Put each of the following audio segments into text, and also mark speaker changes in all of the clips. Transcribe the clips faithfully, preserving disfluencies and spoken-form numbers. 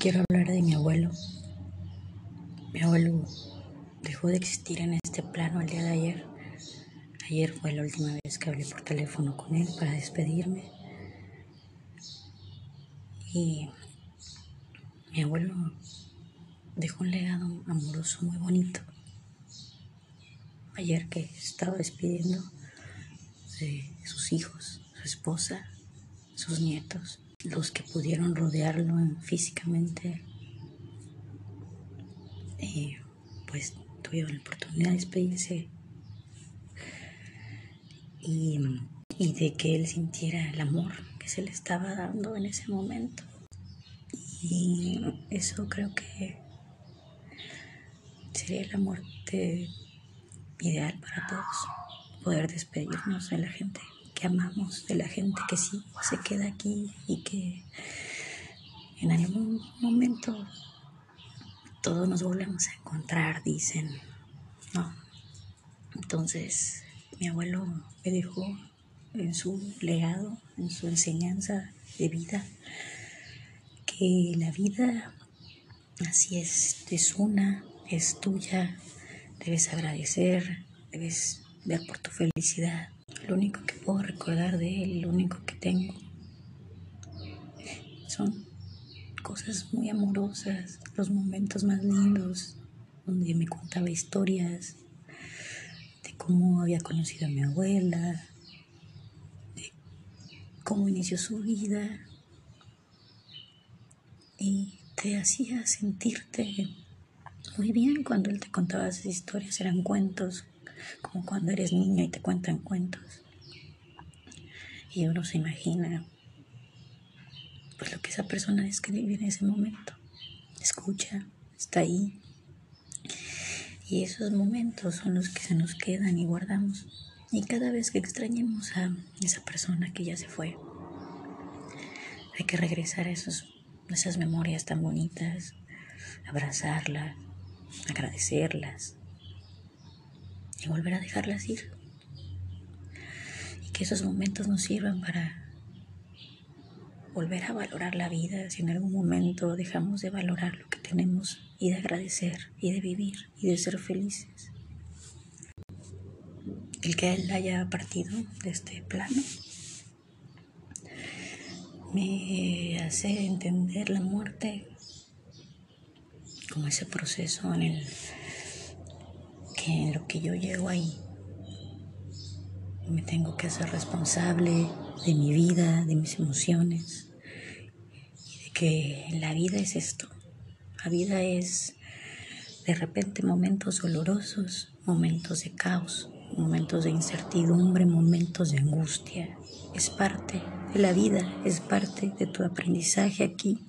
Speaker 1: quiero hablar de mi abuelo. Mi abuelo dejó de existir en este plano el día de ayer. Ayer fue la última vez que hablé por teléfono con él para despedirme. Y mi abuelo dejó un legado amoroso muy bonito. Ayer que estaba despidiendo de sus hijos, su esposa, sus nietos, los que pudieron rodearlo físicamente, y pues tuvieron la oportunidad de despedirse y, y de que él sintiera el amor que se le estaba dando en ese momento. Y eso creo que sería la muerte ideal para todos, poder despedirnos de la gente que amamos, de la gente que sí se queda aquí y que en algún momento todos nos volvemos a encontrar, dicen, ¿no? Entonces, mi abuelo me dejó en su legado, en su enseñanza de vida, que la vida así es, es una, es tuya, debes agradecer, debes ver por tu felicidad. Lo único que puedo recordar de él, lo único que tengo, son cosas muy amorosas, los momentos más lindos, donde me contaba historias de cómo había conocido a mi abuela, de cómo inició su vida, y te hacía sentirte muy bien cuando él te contaba esas historias. Eran cuentos, como cuando eres niño y te cuentan cuentos. Y uno se imagina pues lo que esa persona describe en ese momento. Escucha, está ahí. Y esos momentos son los que se nos quedan y guardamos. Y cada vez que extrañemos a esa persona que ya se fue, hay que regresar a esos, esas memorias tan bonitas, abrazarlas, agradecerlas y volver a dejarlas ir. Y que esos momentos nos sirvan para volver a valorar la vida si en algún momento dejamos de valorar lo que tenemos, y de agradecer y de vivir y de ser felices. El que él haya partido de este plano me hace entender la muerte como ese proceso en el que en lo que yo llego ahí me tengo que hacer responsable de mi vida, de mis emociones, y de que la vida es esto. La vida es de repente momentos dolorosos, momentos de caos, momentos de incertidumbre, momentos de angustia. Es parte de la vida, es parte de tu aprendizaje aquí.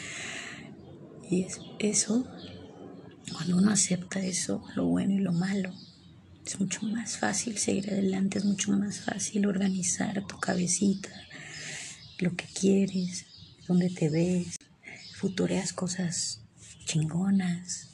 Speaker 1: Y es eso, cuando uno acepta eso, lo bueno y lo malo, es mucho más fácil seguir adelante, es mucho más fácil organizar tu cabecita, lo que quieres, dónde te ves, futureas cosas chingonas.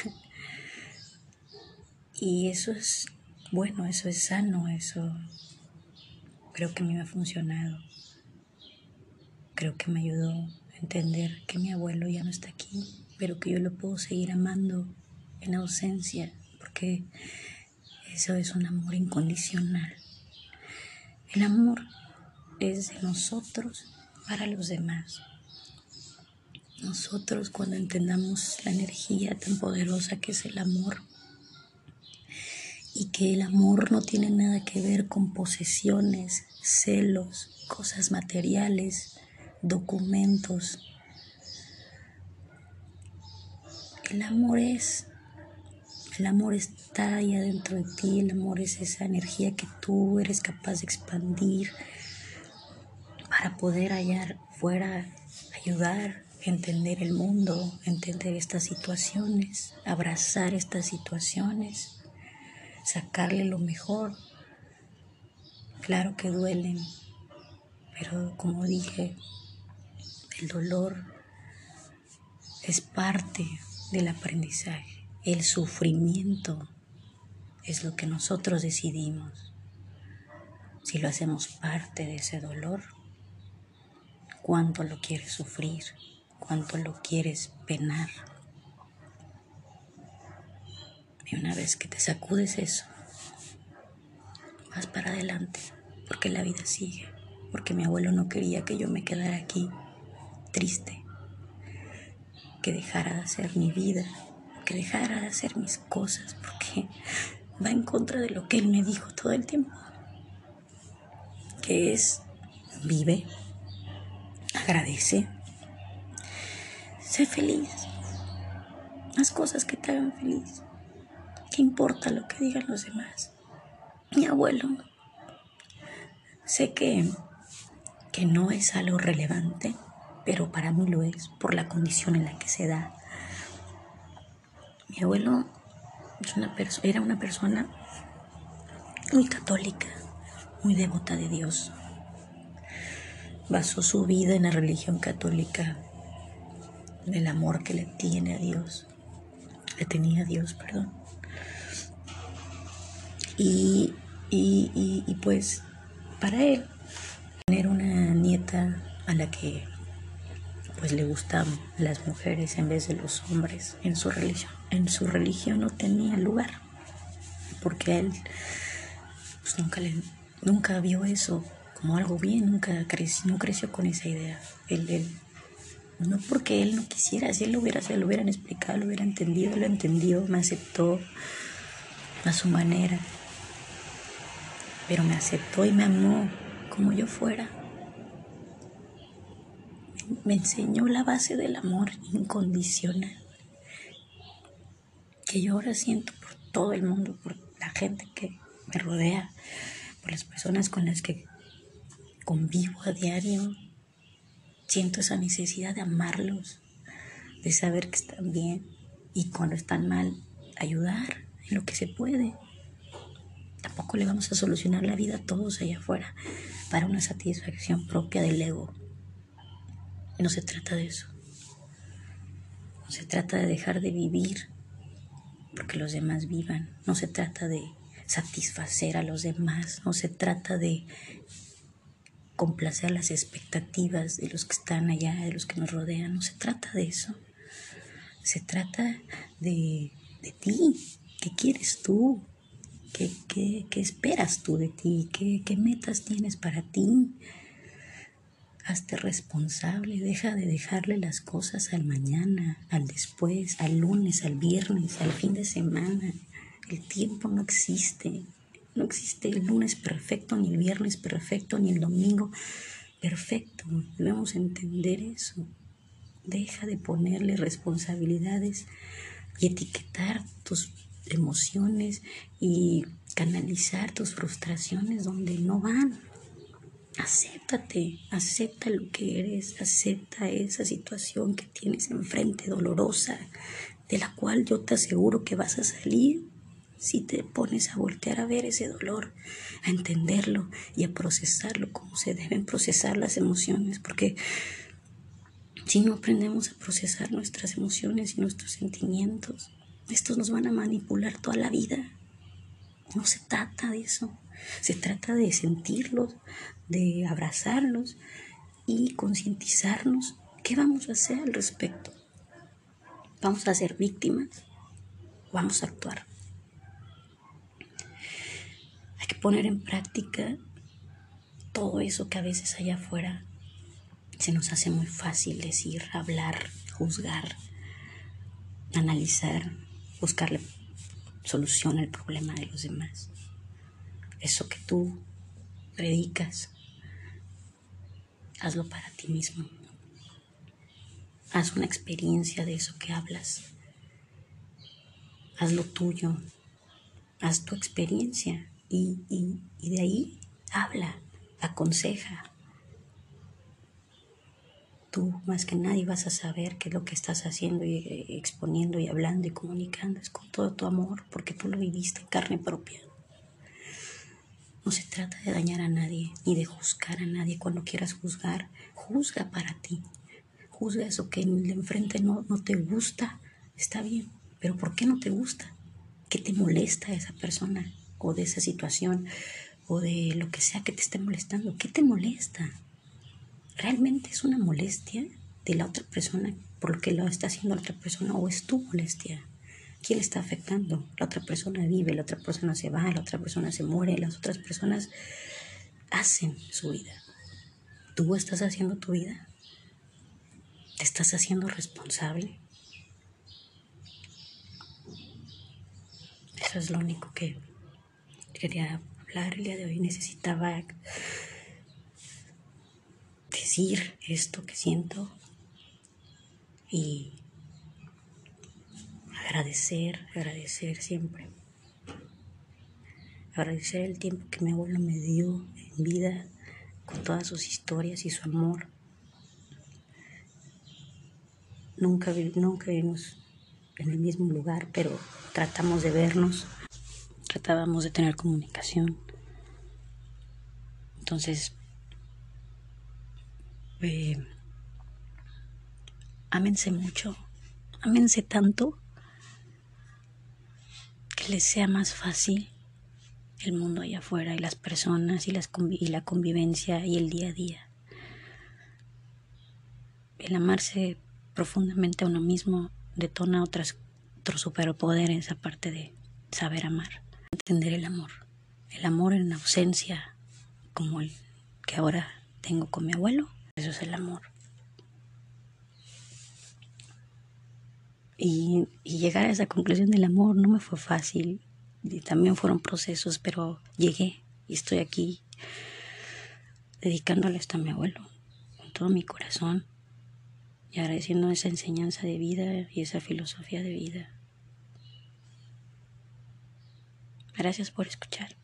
Speaker 1: Y eso es bueno, eso es sano, eso creo que a mí me ha funcionado. Creo que me ayudó a entender que mi abuelo ya no está aquí, pero que yo lo puedo seguir amando en ausencia, porque eso es un amor incondicional. El amor es de nosotros para los demás. Nosotros, cuando entendamos la energía tan poderosa que es el amor, y que el amor no tiene nada que ver con posesiones, celos, cosas materiales, documentos. El amor es, el amor está ahí adentro de ti, el amor es esa energía que tú eres capaz de expandir para poder hallar fuera, ayudar, entender el mundo, entender estas situaciones, abrazar estas situaciones, sacarle lo mejor. Claro que duelen, pero como dije, el dolor es parte del aprendizaje. El sufrimiento es lo que nosotros decidimos. Si lo hacemos parte de ese dolor, ¿cuánto lo quieres sufrir? cuánto lo quieres penar. Y una vez que te sacudes eso, vas para adelante, porque la vida sigue, porque mi abuelo no quería que yo me quedara aquí triste, que dejara de hacer mi vida, que dejara de hacer mis cosas, porque va en contra de lo que él me dijo todo el tiempo, que es: vive, agradece, sé feliz, haz cosas que te hagan feliz. ¿Qué importa lo que digan los demás? Mi abuelo, sé que, que no es algo relevante, pero para mí lo es, por la condición en la que se da. Mi abuelo es una perso- era una persona muy católica, muy devota de Dios. Basó su vida en la religión católica, en el amor que le tiene a Dios, le tenía a Dios, perdón. Y, y, y, y pues para él, tener una nieta a la que pues le gustaban las mujeres en vez de los hombres, en su religión, en su religión no tenía lugar, porque él pues nunca le, nunca vio eso como algo bien, nunca creció, no creció con esa idea. Él, él, no porque él no quisiera, si él lo hubiera, se lo hubieran explicado, lo hubiera entendido, lo entendió, me aceptó a su manera, pero me aceptó y me amó como yo fuera. Me enseñó la base del amor incondicional, que yo ahora siento por todo el mundo, por la gente que me rodea, por las personas con las que convivo a diario. Siento esa necesidad de amarlos, de saber que están bien y cuando están mal, ayudar en lo que se puede. Tampoco le vamos a solucionar la vida a todos allá afuera para una satisfacción propia del ego. No se trata de eso. No se trata de dejar de vivir porque los demás vivan. No se trata de satisfacer a los demás. No se trata de complacer las expectativas de los que están allá, de los que nos rodean. No se trata de eso. Se trata de, de ti. ¿Qué quieres tú? ¿Qué, qué, qué esperas tú de ti? ¿Qué, ¿Qué metas tienes para ti? Hazte responsable, deja de dejarle las cosas al mañana, al después, al lunes, al viernes, al fin de semana. El tiempo no existe. No existe el lunes perfecto, ni el viernes perfecto, ni el domingo perfecto. Debemos entender eso. Deja de ponerle responsabilidades y etiquetar tus emociones y canalizar tus frustraciones donde no van. Acéptate, acepta lo que eres, acepta esa situación que tienes enfrente dolorosa, de la cual yo te aseguro que vas a salir si te pones a voltear a ver ese dolor, a entenderlo y a procesarlo como se deben procesar las emociones, porque si no aprendemos a procesar nuestras emociones y nuestros sentimientos, estos nos van a manipular toda la vida. No se trata de eso. Se trata de sentirlos, de abrazarlos y concientizarnos. ¿Qué vamos a hacer al respecto? ¿Vamos a ser víctimas? ¿Vamos a actuar? Hay que poner en práctica todo eso que a veces allá afuera se nos hace muy fácil decir, hablar, juzgar, analizar, buscarle solución al problema de los demás. Eso que tú predicas, hazlo para ti mismo. Haz una experiencia de eso que hablas. Haz lo tuyo. Haz tu experiencia y, y, y de ahí habla, aconseja. Tú más que nadie vas a saber qué es lo que estás haciendo y exponiendo y hablando y comunicando. Es con todo tu amor porque tú lo viviste en carne propia. No se trata de dañar a nadie ni de juzgar a nadie. Cuando quieras juzgar, juzga para ti. Juzga eso que en el enfrente no, no te gusta. Está bien, pero ¿por qué no te gusta? ¿Qué te molesta de esa persona o de esa situación o de lo que sea que te esté molestando? ¿Qué te molesta? ¿Realmente es una molestia? de la otra persona, por lo que lo está haciendo la otra persona, o es tu molestia. ¿Quién le está afectando? La otra persona vive, la otra persona se va, la otra persona se muere, las otras personas hacen su vida. ¿Tú estás haciendo tu vida? ¿Te estás haciendo responsable? Eso es lo único que quería hablar el día de hoy. Necesitaba decir esto que siento y agradecer, agradecer siempre. Agradecer el tiempo que mi abuelo me dio en vida, con todas sus historias y su amor. Nunca, nunca vivimos en el mismo lugar, pero tratamos de vernos, tratábamos de tener comunicación. Entonces, eh, ámense mucho, ámense tanto que les sea más fácil el mundo allá afuera y las personas y, las convi- y la convivencia y el día a día. El amarse profundamente a uno mismo detona otras, otros superpoderes aparte de saber amar. Entender el amor. El amor en ausencia, como el que ahora tengo con mi abuelo. Eso es el amor. Y, y llegar a esa conclusión del amor no me fue fácil. Y también fueron procesos, pero llegué y estoy aquí dedicándole esto a mi abuelo con todo mi corazón y agradeciendo esa enseñanza de vida y esa filosofía de vida. Gracias por escuchar.